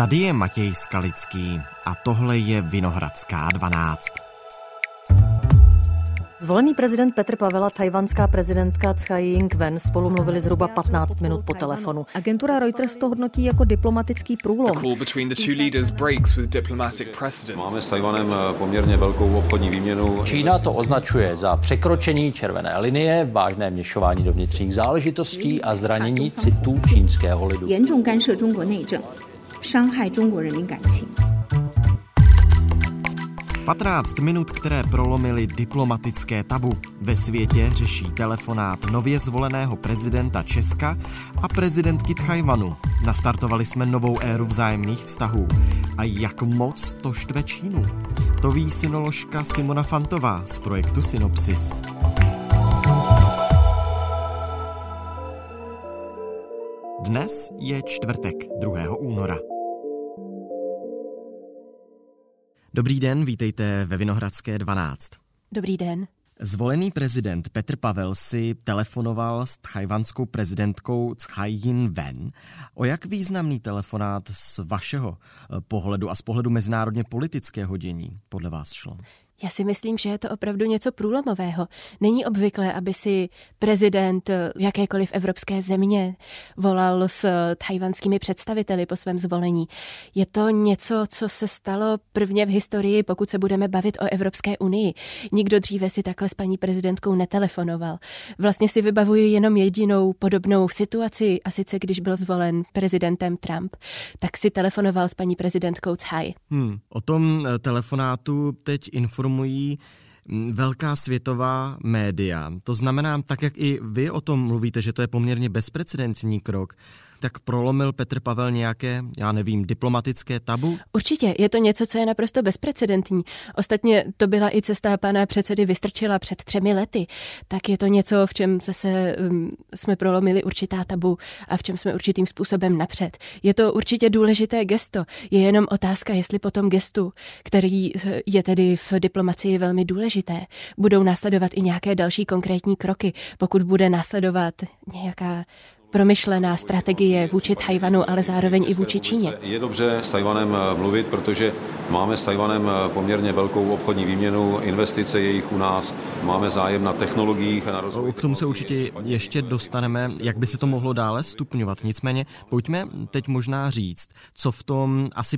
Tady je Matěj Skalický a tohle je Vinohradská 12. Zvolený prezident Petr Pavel a tchajwanská prezidentka Tsai Ing-wen spolu mluvili zhruba 15 minut po telefonu. Agentura Reuters to hodnotí jako diplomatický průlom. Máme s Tchajwanem poměrně velkou obchodní výměnu. Čína to označuje za překročení červené linie, vážné vměšování do vnitřních záležitostí a zranění citů čínského lidu. 15 minut, které prolomily diplomatické tabu. Ve světě řeší telefonát nově zvoleného prezidenta Česka a prezidentky Tchajwanu. Nastartovali jsme novou éru vzájemných vztahů. A jak moc to štve Čínu? To ví sinoložka Simona Fantová z projektu Synopsis. Dnes je čtvrtek, 2. února. Dobrý den, vítejte ve Vinohradské 12. Dobrý den. Zvolený prezident Petr Pavel si telefonoval s tchajwanskou prezidentkou Tsai Ing-wen. O jak významný telefonát z vašeho pohledu a z pohledu mezinárodně politického dění podle vás šlo? Já si myslím, že je to opravdu něco průlomového. Není obvyklé, aby si prezident jakékoliv evropské země volal s tchajwanskými představiteli po svém zvolení. Je to něco, co se stalo prvně v historii, pokud se budeme bavit o Evropské unii. Nikdo dříve si takhle s paní prezidentkou netelefonoval. Vlastně si vybavuji jenom jedinou podobnou situaci, a sice když byl zvolen prezidentem Trump, tak si telefonoval s paní prezidentkou Tsai. O tom telefonátu teď informují velká světová média. To znamená, tak jak i vy o tom mluvíte, že to je poměrně bezprecedentní krok, tak prolomil Petr Pavel nějaké, diplomatické tabu? Určitě, je to něco, co je naprosto bezprecedentní. Ostatně to byla i cesta pana předsedy Vystrčila před 3 lety. Tak je to něco, v čem zase jsme prolomili určitá tabu a v čem jsme určitým způsobem napřed. Je to určitě důležité gesto. Je jenom otázka, jestli po tom gestu, který je tedy v diplomacii velmi důležité, budou následovat i nějaké další konkrétní kroky, pokud bude následovat nějaká promyšlená strategie vůči Tchajwanu, ale zároveň i vůči Číně. Je dobře s Tchajwanem mluvit, protože máme s Tchajwanem poměrně velkou obchodní výměnu, investice jejich u nás, máme zájem na technologiích a na rozvoji. K tomu se určitě ještě dostaneme, jak by se to mohlo dále stupňovat. Nicméně pojďme teď možná říct, co v tom asi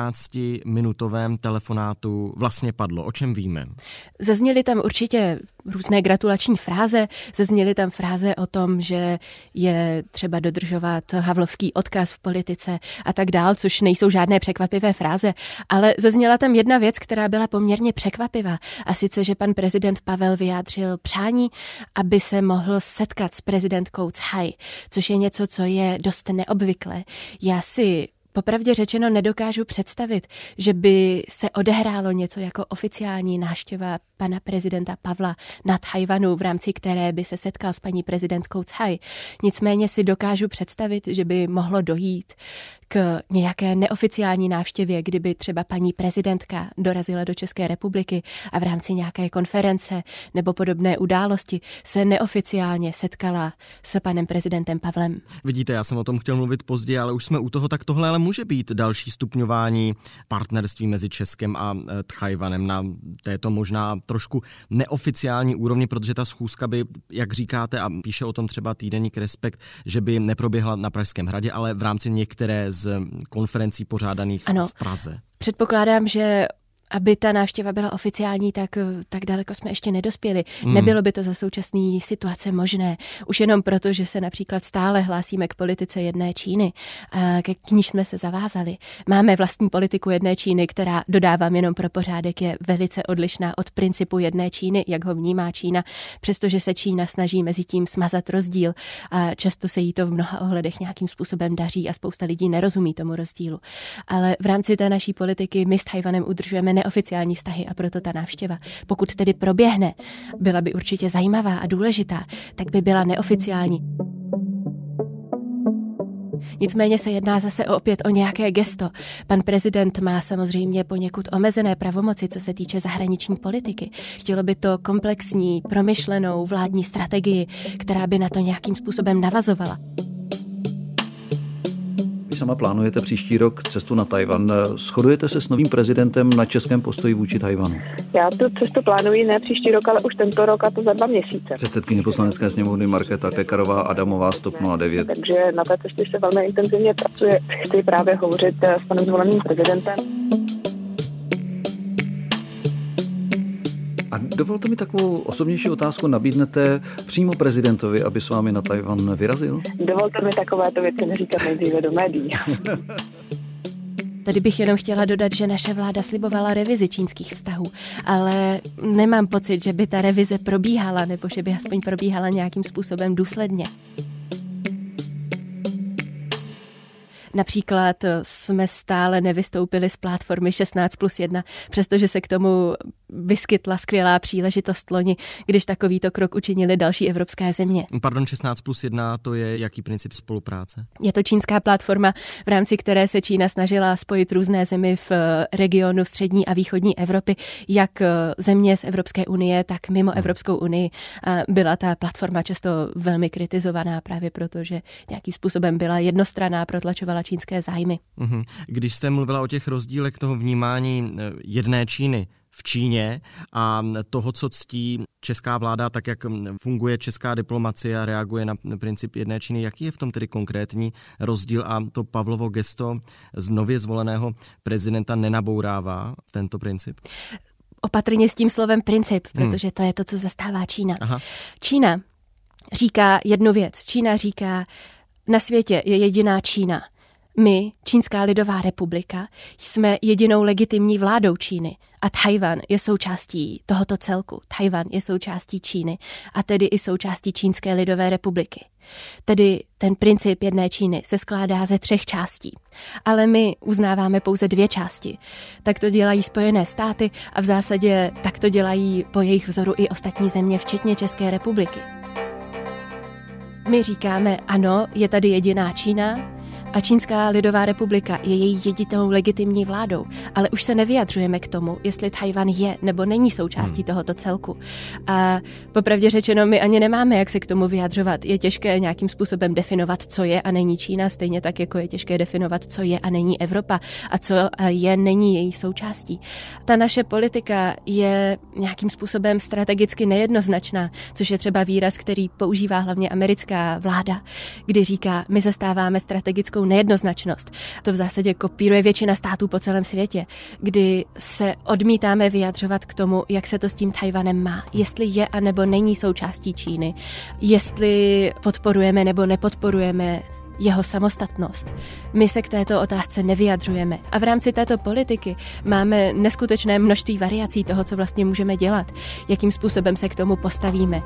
15-minutovém telefonátu vlastně padlo, o čem víme. Zazněly tam určitě různé gratulační fráze, zazněly tam fráze o tom, že je třeba dodržovat havlovský odkaz v politice a tak dál, což nejsou žádné překvapivé fráze, ale zazněla tam jedna věc, která byla poměrně překvapivá, a sice, že pan prezident Pavel vyjádřil přání, aby se mohl setkat s prezidentkou Tsai, což je něco, co je dost neobvyklé. Já si popravdě řečeno nedokážu představit, že by se odehrálo něco jako oficiální návštěva pana prezidenta Pavla na Tchajwanu, v rámci které by se setkal s paní prezidentkou Tsai. Nicméně si dokážu představit, že by mohlo dojít k nějaké neoficiální návštěvě, kdyby třeba paní prezidentka dorazila do České republiky a v rámci nějaké konference nebo podobné události se neoficiálně setkala s panem prezidentem Pavlem. Vidíte, já jsem o tom chtěl mluvit později, ale už jsme u toho, tak tohle ale může být další stupňování partnerství mezi Českem a Tchajwanem na této možná trošku neoficiální úrovni, protože ta schůzka by, jak říkáte, a píše o tom třeba týdeník Respekt, že by neproběhla na Pražském hradě, ale v rámci některé z konferencí pořádaných v Praze. Předpokládám, že aby ta návštěva byla oficiální, tak daleko jsme ještě nedospěli. Nebylo by to za současné situace možné. Už jenom proto, že se například stále hlásíme k politice jedné Číny, k níž jsme se zavázali. Máme vlastní politiku jedné Číny, která, dodávám jenom pro pořádek, je velice odlišná od principu jedné Číny, jak ho vnímá Čína, přestože se Čína snaží mezi tím smazat rozdíl a často se jí to v mnoha ohledech nějakým způsobem daří a spousta lidí nerozumí tomu rozdílu. Ale v rámci té naší politiky my s Tchajwanem udržujeme neoficiální vztahy a proto ta návštěva, pokud tedy proběhne, byla by určitě zajímavá a důležitá, tak by byla neoficiální. Nicméně se jedná zase opět o nějaké gesto. Pan prezident má samozřejmě poněkud omezené pravomoci, co se týče zahraniční politiky. Chtělo by to komplexní, promyšlenou vládní strategii, která by na to nějakým způsobem navazovala. Sama plánujete příští rok cestu na Tchaj-wan. Shodujete se s novým prezidentem na českém postoji vůči Tchaj-wanu? Já tu cestu plánuji ne příští rok, ale už tento rok, a to za 2 měsíce. Předsedkyně Poslanecké sněmovny Markéta Pekarová Adamová z TOP 09. Takže na té cestě se velmi intenzivně pracuje. Chci právě hovořit s panem zvoleným prezidentem. A dovolte mi takovou osobnější otázku. Nabídnete přímo prezidentovi, aby s vámi na Tchaj-wan vyrazil? Dovolte mi takovéto věci neříkat nejdříve do médií. Tady bych jenom chtěla dodat, že naše vláda slibovala revizi čínských vztahů, ale nemám pocit, že by ta revize probíhala, nebo že by aspoň probíhala nějakým způsobem důsledně. Například jsme stále nevystoupili z platformy 16+1, přestože se k tomu vyskytla skvělá příležitost loni, když takovýto krok učinili další evropské země. Pardon, 16+1, to je jaký princip spolupráce? Je to čínská platforma, v rámci které se Čína snažila spojit různé zemi v regionu střední a východní Evropy, jak země z Evropské unie, tak mimo Evropskou unii. A byla ta platforma často velmi kritizovaná právě proto, že nějakým způsobem byla jednostranná, protlačovala čínské zájmy. Když jste mluvila o těch rozdílech toho vnímání jedné Číny v Číně a toho, co ctí česká vláda, tak jak funguje česká diplomacie a reaguje na princip jedné Číny, jaký je v tom tedy konkrétní rozdíl a to Pavlovo gesto z nově zvoleného prezidenta nenabourává tento princip? Opatrně s tím slovem princip, protože to je to, co zastává Čína. Aha. Čína říká jednu věc. Čína říká, na světě je jediná Čína. My, Čínská lidová republika, jsme jedinou legitimní vládou Číny a Tchaj-wan je součástí tohoto celku. Tchaj-wan je součástí Číny a tedy i součástí Čínské lidové republiky. Tedy ten princip jedné Číny se skládá ze 3 částí. Ale my uznáváme pouze 2 části. Tak to dělají Spojené státy a v zásadě tak to dělají po jejich vzoru i ostatní země, včetně České republiky. My říkáme, ano, je tady jediná Čína, a Čínská lidová republika je její jedinou legitimní vládou, ale už se nevyjadřujeme k tomu, jestli Tchaj-wan je nebo není součástí tohoto celku. A popravdě řečeno, my ani nemáme, jak se k tomu vyjadřovat. Je těžké nějakým způsobem definovat, co je a není Čína, stejně tak, jako je těžké definovat, co je a není Evropa a co je není její součástí. Ta naše politika je nějakým způsobem strategicky nejednoznačná, což je třeba výraz, který používá hlavně americká vláda, kdy říká, my zastáváme strategickou nejednoznačnost. To v zásadě kopíruje většina států po celém světě, kdy se odmítáme vyjadřovat k tomu, jak se to s tím Tchaj-wanem má, jestli je a nebo není součástí Číny, jestli podporujeme nebo nepodporujeme jeho samostatnost. My se k této otázce nevyjadřujeme. A v rámci této politiky máme neskutečné množství variací toho, co vlastně můžeme dělat, jakým způsobem se k tomu postavíme.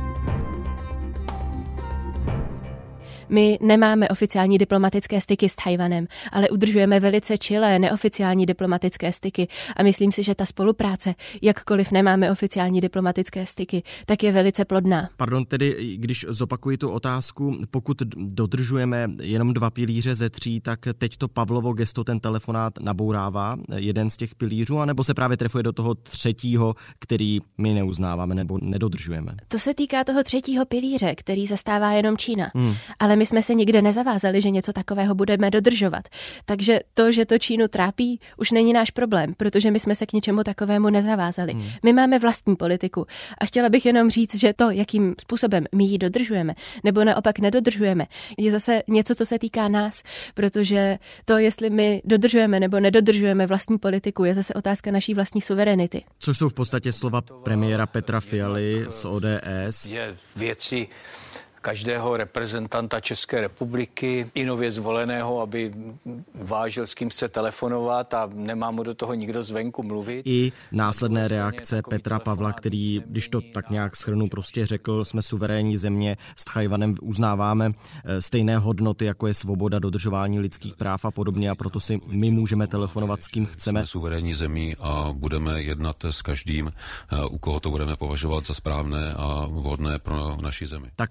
My nemáme oficiální diplomatické styky s Tchaj-wanem, ale udržujeme velice čilé neoficiální diplomatické styky a myslím si, že ta spolupráce, jakkoliv nemáme oficiální diplomatické styky, tak je velice plodná. Pardon, tedy když zopakuji tu otázku, pokud dodržujeme jenom 2 pilíře ze 3, tak teď to Pavlovo gesto, ten telefonát nabourává jeden z těch pilířů, anebo se právě trefuje do toho 3., který my neuznáváme nebo nedodržujeme? To se týká toho 3. pilíře, který zastává jenom Čína. Ale my jsme se nikde nezavázali, že něco takového budeme dodržovat. Takže to, že to Čínu trápí, už není náš problém, protože my jsme se k ničemu takovému nezavázali. My máme vlastní politiku a chtěla bych jenom říct, že to, jakým způsobem my ji dodržujeme, nebo naopak nedodržujeme, je zase něco, co se týká nás, protože to, jestli my dodržujeme nebo nedodržujeme vlastní politiku, je zase otázka naší vlastní suverenity. Což jsou v podstatě slova premiéra Petra Fialy z ODS. Je věci každého reprezentanta České republiky, i nově zvoleného, aby vážil, s kým chce telefonovat a nemá mu do toho nikdo zvenku mluvit. I následné reakce Petra Pavla, který, když to tak nějak shrnu, prostě řekl, jsme suverénní země, s Tchaj-wanem uznáváme stejné hodnoty, jako je svoboda, dodržování lidských práv a podobně, a proto si my můžeme telefonovat s kým chceme. Jsme suverénní zemí a budeme jednat s každým, u koho to budeme považovat za správné a vhodné pro naši zemi. Tak či onak,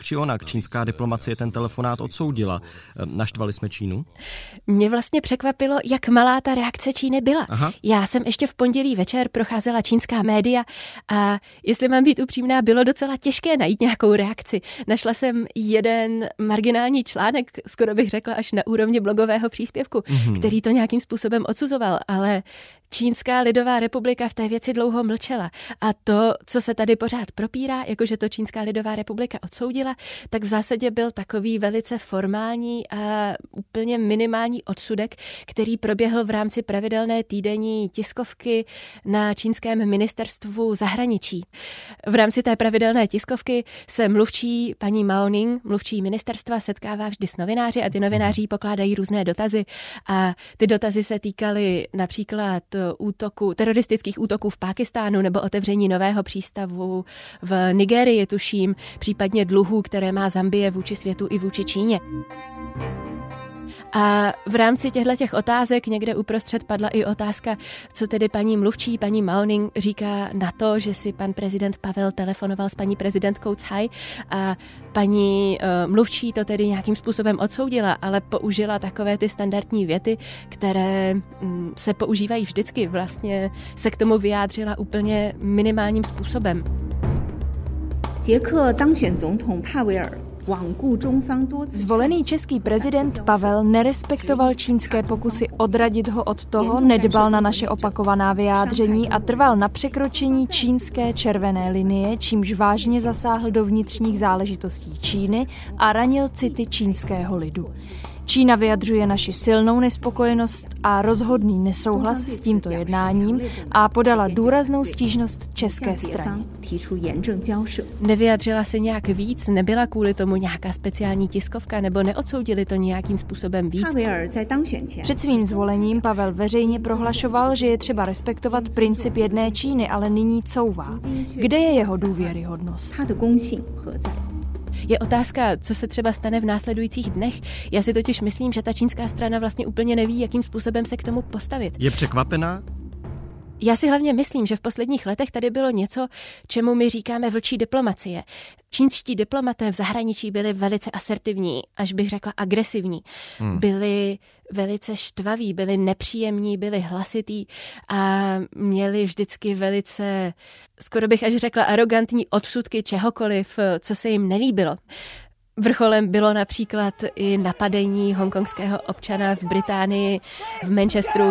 tak čínská diplomacie ten telefonát odsoudila. Naštvali jsme Čínu? Mě vlastně překvapilo, jak malá ta reakce Číny byla. Aha. Já jsem ještě v pondělí večer procházela čínská média a jestli mám být upřímná, bylo docela těžké najít nějakou reakci. Našla jsem jeden marginální článek, skoro bych řekla až na úrovni blogového příspěvku, který to nějakým způsobem odsuzoval, ale Čínská lidová republika v té věci dlouho mlčela. A to, co se tady pořád propírá, jakože to Čínská lidová republika odsoudila, tak v zásadě byl takový velice formální a úplně minimální odsudek, který proběhl v rámci pravidelné týdenní tiskovky na čínském ministerstvu zahraničí. V rámci té pravidelné tiskovky se mluvčí paní Mao Ning, mluvčí ministerstva, setkává vždy s novináři a ty novináři pokládají různé dotazy a ty dotazy se týkaly například teroristických útoků v Pákistánu nebo otevření nového přístavu v Nigérii, tuším, případně dluhů, které má Zambie vůči světu i vůči Číně. A v rámci těchto otázek někde uprostřed padla i otázka, co tedy paní mluvčí, paní Mao Ning říká na to, že si pan prezident Pavel telefonoval s paní prezidentkou Tsai a paní mluvčí to tedy nějakým způsobem odsoudila, ale použila takové ty standardní věty, které se používají vždycky. Vlastně se k tomu vyjádřila úplně minimálním způsobem. Zvolený český prezident Pavel nerespektoval čínské pokusy odradit ho od toho, nedbal na naše opakovaná vyjádření a trval na překročení čínské červené linie, čímž vážně zasáhl do vnitřních záležitostí Číny a ranil city čínského lidu. Čína vyjadřuje naši silnou nespokojenost a rozhodný nesouhlas s tímto jednáním a podala důraznou stížnost české straně. Nevyjadřila se nějak víc, nebyla kvůli tomu nějaká speciální tiskovka nebo neodsoudili to nějakým způsobem víc? Před svým zvolením Pavel veřejně prohlašoval, že je třeba respektovat princip jedné Číny, ale nyní couvá. Kde je jeho důvěryhodnost? Je otázka, co se třeba stane v následujících dnech. Já si totiž myslím, že ta čínská strana vlastně úplně neví, jakým způsobem se k tomu postavit. Je překvapená? Já si hlavně myslím, že v posledních letech tady bylo něco, čemu my říkáme vlčí diplomacie. Čínští diplomaté v zahraničí byli velice asertivní, až bych řekla agresivní. Byli velice štvaví, byli nepříjemní, byli hlasití a měli vždycky velice, skoro bych až řekla, arrogantní odsudky čehokoliv, co se jim nelíbilo. Vrcholem bylo například i napadení hongkongského občana v Británii, v Manchesteru,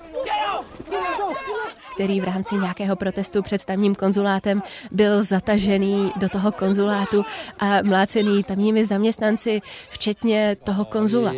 který v rámci nějakého protestu před tamním konzulátem byl zatažený do toho konzulátu a mlácený tamními zaměstnanci, včetně toho konzula.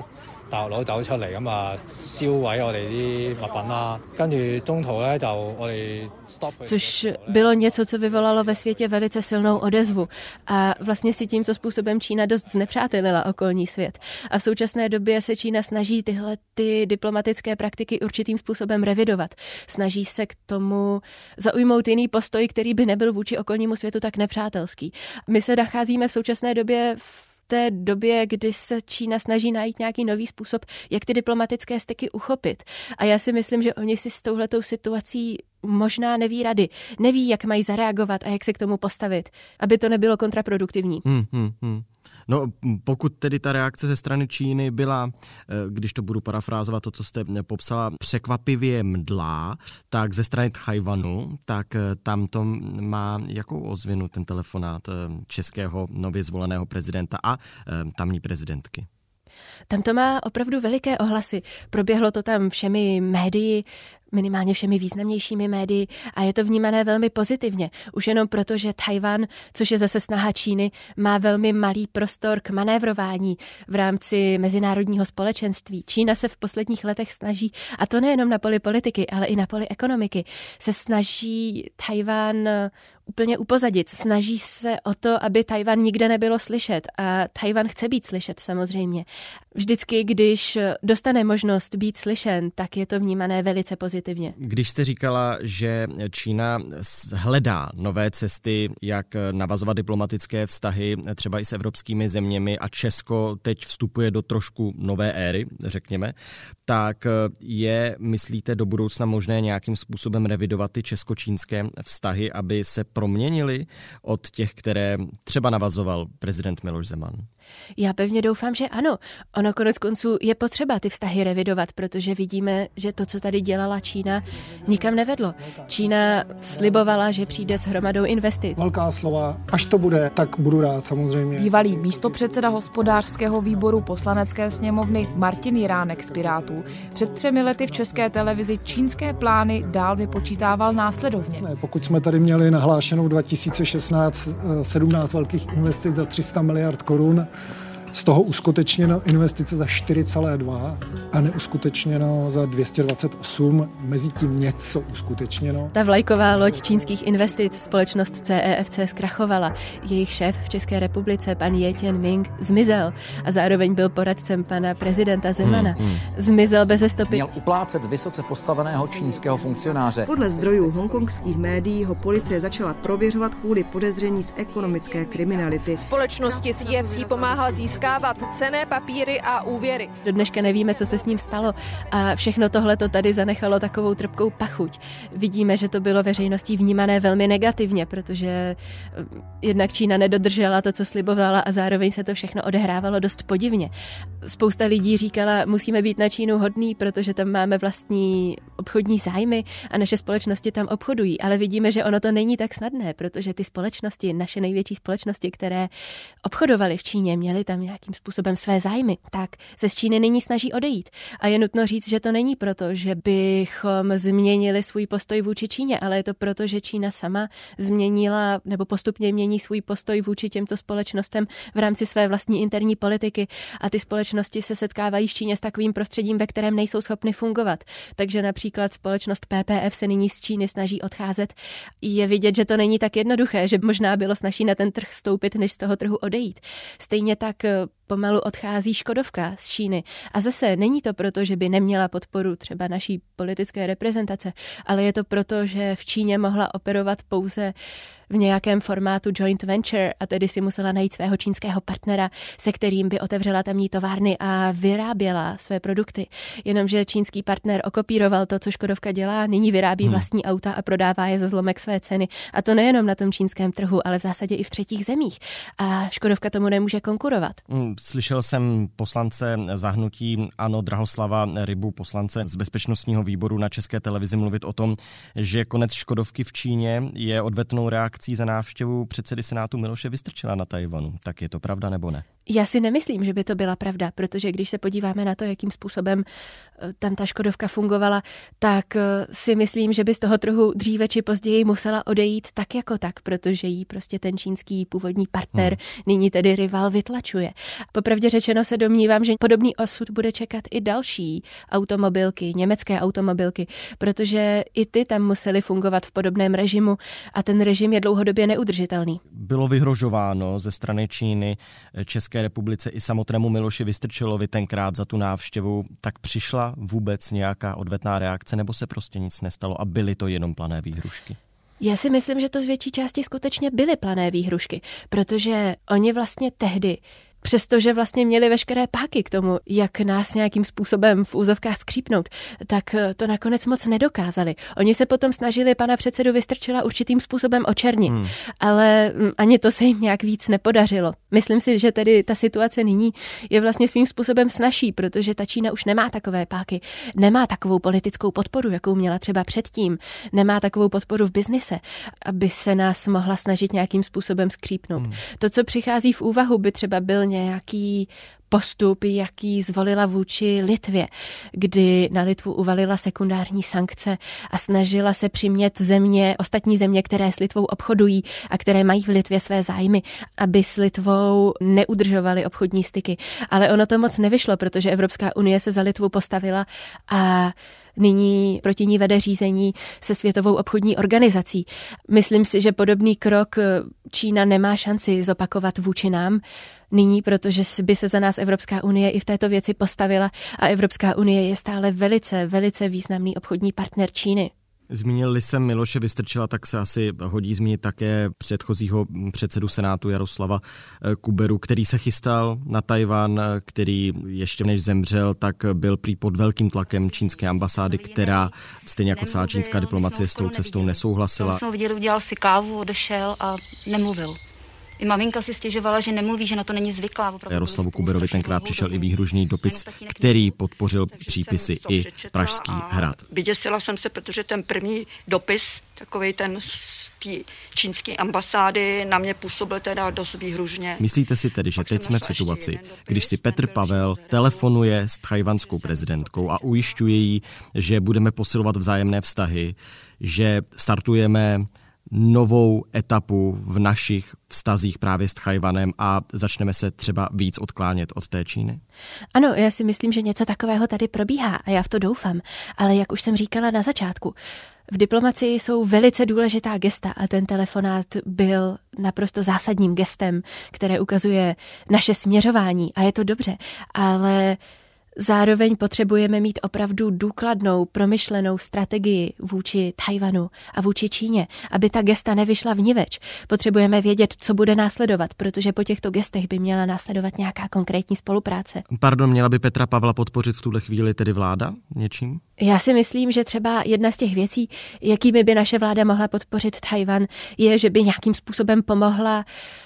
Což bylo něco, co vyvolalo ve světě velice silnou odezvu. A vlastně si tímto způsobem Čína dost znepřátelila okolní svět. A v současné době se Čína snaží tyhle ty diplomatické praktiky určitým způsobem revidovat. Snaží se k tomu zaujmout jiný postoj, který by nebyl vůči okolnímu světu tak nepřátelský. My se nacházíme v současné době v té době, kdy se Čína snaží najít nějaký nový způsob, jak ty diplomatické styky uchopit. A já si myslím, že oni si s touhletou situací možná neví rady. Neví, jak mají zareagovat a jak se k tomu postavit, aby to nebylo kontraproduktivní. No, pokud tedy ta reakce ze strany Číny byla, když to budu parafrázovat to, co jste popsala, překvapivě mdlá, tak ze strany Tchaj-wanu, tak tam to má jakou ozvěnu ten telefonát českého nově zvoleného prezidenta a tamní prezidentky? Tam to má opravdu veliké ohlasy. Proběhlo to tam všemi médii, minimálně všemi významnějšími médii a je to vnímané velmi pozitivně. Už jenom proto, že Tchaj-wan, což je zase snaha Číny, má velmi malý prostor k manévrování v rámci mezinárodního společenství. Čína se v posledních letech snaží, a to nejenom na poli politiky, ale i na poli ekonomiky, se snaží Tchaj-wan úplně upozadit. Snaží se o to, aby Tchaj-wan nikde nebylo slyšet a Tchaj-wan chce být slyšet samozřejmě. Vždycky, když dostane možnost být slyšen, tak je to vnímané velice pozitivně. Když jste říkala, že Čína hledá nové cesty, jak navazovat diplomatické vztahy třeba i s evropskými zeměmi a Česko teď vstupuje do trošku nové éry, řekněme, tak myslíte, do budoucna možné nějakým způsobem revidovat ty česko-čínské vztahy, aby se proměnily od těch, které třeba navazoval prezident Miloš Zeman? Já pevně doufám, že ano. Ono konec konců je potřeba ty vztahy revidovat, protože vidíme, že to, co tady dělala Čína, nikam nevedlo. Čína slibovala, že přijde s hromadou investic. Velká slova, až to bude, tak budu rád samozřejmě. Bývalý místopředseda hospodářského výboru Poslanecké sněmovny Martin Jiránek z Pirátů před 3 lety v České televizi čínské plány dál vypočítával následovně. Pokud jsme tady měli nahlášenou 2016 17 velkých investic za 300 miliard korun, z toho uskutečněno investice za 4,2 a neuskutečněno za 228, mezi tím něco uskutečněno. Ta vlajková loď čínských investic, společnost CEFC, zkrachovala. Jejich šéf v České republice, pan Ye Tianming, zmizel a zároveň byl poradcem pana prezidenta Zemana. Zmizel beze stopy. Měl uplácet vysoce postaveného čínského funkcionáře. Podle zdrojů hongkongských médií ho policie začala prověřovat kvůli podezření z ekonomické kriminality. Společnosti CEFC pomáhal získávat cenné papíry a úvěry. Do dneška nevíme, co se s ním stalo a všechno tohle to tady zanechalo takovou trpkou pachuť. Vidíme, že to bylo veřejností vnímané velmi negativně, protože jednak Čína nedodržela to, co slibovala a zároveň se to všechno odehrávalo dost podivně. Spousta lidí říkala, musíme být na Čínu hodný, protože tam máme vlastní obchodní zájmy a naše společnosti tam obchodují, ale vidíme, že ono to není tak snadné, protože ty společnosti, naše největší společnosti, které obchodovaly v Číně, měly tam nějakým způsobem své zájmy, tak se z Číny nyní snaží odejít. A je nutno říct, že to není proto, že bychom změnili svůj postoj vůči Číně, ale je to proto, že Čína sama změnila nebo postupně mění svůj postoj vůči těmto společnostem v rámci své vlastní interní politiky a ty společnosti se setkávají v Číně s takovým prostředím, ve kterém nejsou schopny fungovat. Takže například společnost PPF se nyní z Číny snaží odcházet. Je vidět, že to není tak jednoduché, že možná bylo snazší na ten trh vstoupit, než z toho trhu odejít. Stejně tak pomalu odchází Škodovka z Číny. A zase není to proto, že by neměla podporu třeba naší politické reprezentace, ale je to proto, že v Číně mohla operovat pouze v nějakém formátu joint venture a tedy si musela najít svého čínského partnera, se kterým by otevřela tamní továrny a vyráběla své produkty. Jenomže čínský partner okopíroval to, co Škodovka dělá, nyní vyrábí vlastní auta a prodává je za zlomek své ceny. A to nejenom na tom čínském trhu, ale v zásadě i v třetích zemích. A Škodovka tomu nemůže konkurovat. Slyšel jsem poslance za hnutí ANO Drahoslava Rybu, poslance z bezpečnostního výboru na České televizi mluvit o tom, že konec Škodovky v Číně je odvetnou reakcí za návštěvu předsedy Senátu Miloše Vystrčila na Tchaj-wanu. Tak je to pravda nebo ne? Já si nemyslím, že by to byla pravda, protože když se podíváme na to, jakým způsobem tam ta Škodovka fungovala, tak si myslím, že by z toho trhu dříve či později musela odejít tak jako tak, protože jí prostě ten čínský původní partner, nyní tedy rival, vytlačuje. Popravdě řečeno se domnívám, že podobný osud bude čekat i další automobilky, německé automobilky, protože i ty tam musely fungovat v podobném režimu a ten režim je dlouhodobě neudržitelný. Bylo vyhrožováno ze strany Číny České republice i samotnému Miloši Vystrčilovi tenkrát za tu návštěvu, tak přišla vůbec nějaká odvetná reakce nebo se prostě nic nestalo a byly to jenom plané výhrušky? Já si myslím, že to z větší části skutečně byly plané výhrušky, protože oni vlastně tehdy, přestože vlastně měli veškeré páky k tomu, jak nás nějakým způsobem v úzovkách skřípnout, tak to nakonec moc nedokázali. Oni se potom snažili pana předsedu Vystrčila určitým způsobem očernit, ale ani to se jim nějak víc nepodařilo. Myslím si, že tedy ta situace nyní je vlastně svým způsobem snazší, protože ta Čína už nemá takové páky, nemá takovou politickou podporu, jakou měla třeba předtím, nemá takovou podporu v biznise, aby se nás mohla snažit nějakým způsobem skřípnout. To, co přichází v úvahu, by třeba byl nějaký postup, jaký zvolila vůči Litvě, kdy na Litvu uvalila sekundární sankce a snažila se přimět ostatní země, které s Litvou obchodují a které mají v Litvě své zájmy, aby s Litvou neudržovaly obchodní styky. Ale ono to moc nevyšlo, protože Evropská unie se za Litvu postavila a nyní proti ní vede řízení se Světovou obchodní organizací. Myslím si, že podobný krok Čína nemá šanci zopakovat vůči nám nyní, protože by se za nás Evropská unie i v této věci postavila a Evropská unie je stále velice, velice významný obchodní partner Číny. Zmínil jsem Miloše Vystrčila, tak se asi hodí zmínit také předchozího předsedu Senátu Jaroslava Kuberu, který se chystal na Tchaj-wan, který ještě než zemřel, tak byl prý pod velkým tlakem čínské ambasády, která stejně jako celá čínská diplomacie s tou cestou nesouhlasila. Já jsem ho viděl, udělal si kávu, odešel a nemluvil. I maminka si stěžovala, že nemluví, že na to není zvyklá. Jaroslavu Kuberovi tenkrát přišel i výhružný dopis, který podpořil přípisy i Pražský hrad. Vyděsila jsem se, protože ten první dopis, takovej ten z té čínské ambasády, na mě působil teda dost výhružně. Myslíte si tedy, že teď jsme v situaci, když si Petr Pavel telefonuje s tchajwanskou prezidentkou a ujišťuje jí, že budeme posilovat vzájemné vztahy, že startujeme novou etapu v našich vztazích právě s Tchaj-wanem a začneme se třeba víc odklánět od té Číny? Ano, já si myslím, že něco takového tady probíhá a já v to doufám, ale jak už jsem říkala na začátku, v diplomacii jsou velice důležitá gesta a ten telefonát byl naprosto zásadním gestem, které ukazuje naše směřování a je to dobře, ale zároveň potřebujeme mít opravdu důkladnou, promyšlenou strategii vůči Tchaj-wanu a vůči Číně, aby ta gesta nevyšla vniveč. Potřebujeme vědět, co bude následovat, protože po těchto gestech by měla následovat nějaká konkrétní spolupráce. Pardon, měla by Petra Pavla podpořit v tuhle chvíli tedy vláda něčím? Já si myslím, že třeba jedna z těch věcí, jakými by naše vláda mohla podpořit Tchaj-wan, je, že by nějakým způsobem pomohla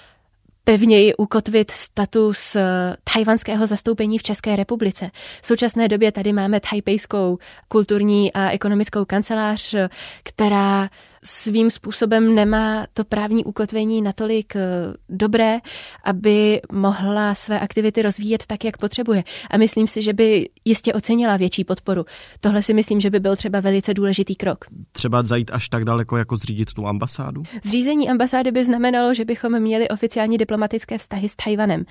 pevněji ukotvit status tchajwanského zastoupení v České republice. V současné době tady máme tajpejskou kulturní a ekonomickou kancelář, která svým způsobem nemá to právní ukotvení natolik dobré, aby mohla své aktivity rozvíjet tak, jak potřebuje. A myslím si, že by jistě ocenila větší podporu. Tohle si myslím, že by byl třeba velice důležitý krok. Třeba zajít až tak daleko, jako zřídit tu ambasádu? Zřízení ambasády by znamenalo, že bychom měli oficiální diplomatické vztahy s Tchaj-wanem.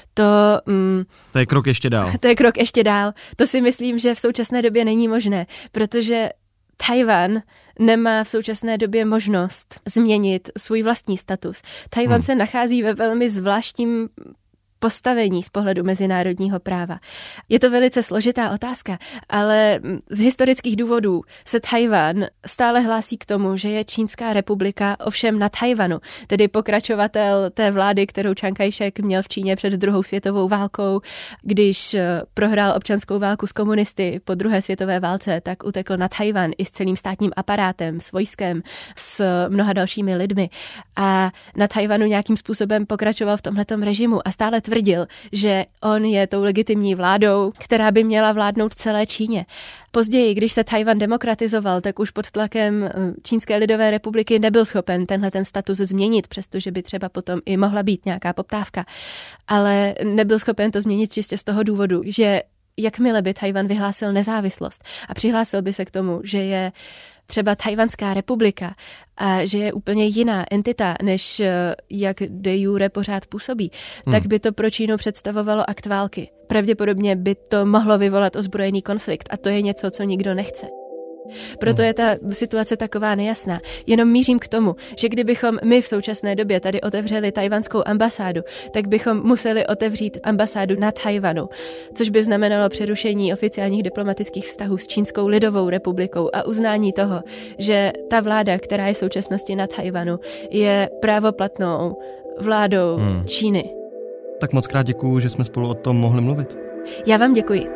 To je krok ještě dál. To je krok ještě dál. To si myslím, že v současné době není možné, protože Tchaj-wan nemá v současné době možnost změnit svůj vlastní status. Tchaj-wan se nachází ve velmi zvláštním postavení z pohledu mezinárodního práva. Je to velice složitá otázka, ale z historických důvodů se Tchaj-wan stále hlásí k tomu, že je Čínská republika ovšem na Tchaj-wanu, tedy pokračovatel té vlády, kterou Chiang Kai-shek měl v Číně před druhou světovou válkou. Když prohrál občanskou válku s komunisty po druhé světové válce, tak utekl na Tchaj-wan i s celým státním aparátem, s vojskem, s mnoha dalšími lidmi. A na Tchaj-wanu nějakým způsobem pokračoval v tomhletom režimu a stále tvrdil, že on je tou legitimní vládou, která by měla vládnout celé Číně. Později, když se Tchaj-wan demokratizoval, tak už pod tlakem Čínské lidové republiky nebyl schopen ten status změnit, přestože by třeba potom i mohla být nějaká poptávka. Ale nebyl schopen to změnit čistě z toho důvodu, že jakmile by Tchaj-wan vyhlásil nezávislost a přihlásil by se k tomu, že je třeba Tchajwanská republika a že je úplně jiná entita, než jak de jure pořád působí, tak by to pro Čínu představovalo akt války. Pravděpodobně by to mohlo vyvolat ozbrojený konflikt a to je něco, co nikdo nechce. Proto je ta situace taková nejasná. Jenom mířím k tomu, že kdybychom my v současné době tady otevřeli tchajwanskou ambasádu, tak bychom museli otevřít ambasádu na Tchaj-wanu, což by znamenalo přerušení oficiálních diplomatických vztahů s Čínskou lidovou republikou a uznání toho, že ta vláda, která je v současnosti na Tchaj-wanu, je právoplatnou vládou Číny. Tak moc krát děkuju, že jsme spolu o tom mohli mluvit. Já vám děkuji.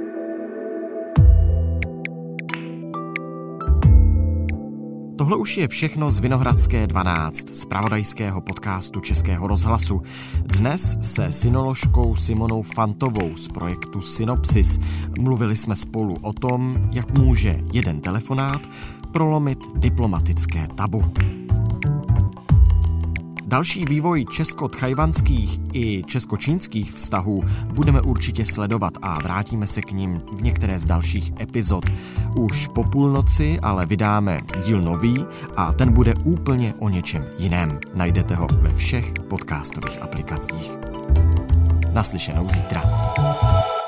Tohle už je všechno z Vinohradské 12, zpravodajského podcastu Českého rozhlasu. Dnes se synoložkou Simonou Fantovou z projektu Synopsis mluvili jsme spolu o tom, jak může jeden telefonát prolomit diplomatické tabu. Další vývoj česko-tchajwanských i česko-čínských vztahů budeme určitě sledovat a vrátíme se k nim v některé z dalších epizod. Už po půlnoci ale vydáme díl nový a ten bude úplně o něčem jiném. Najdete ho ve všech podcastových aplikacích. Naslyšenou zítra.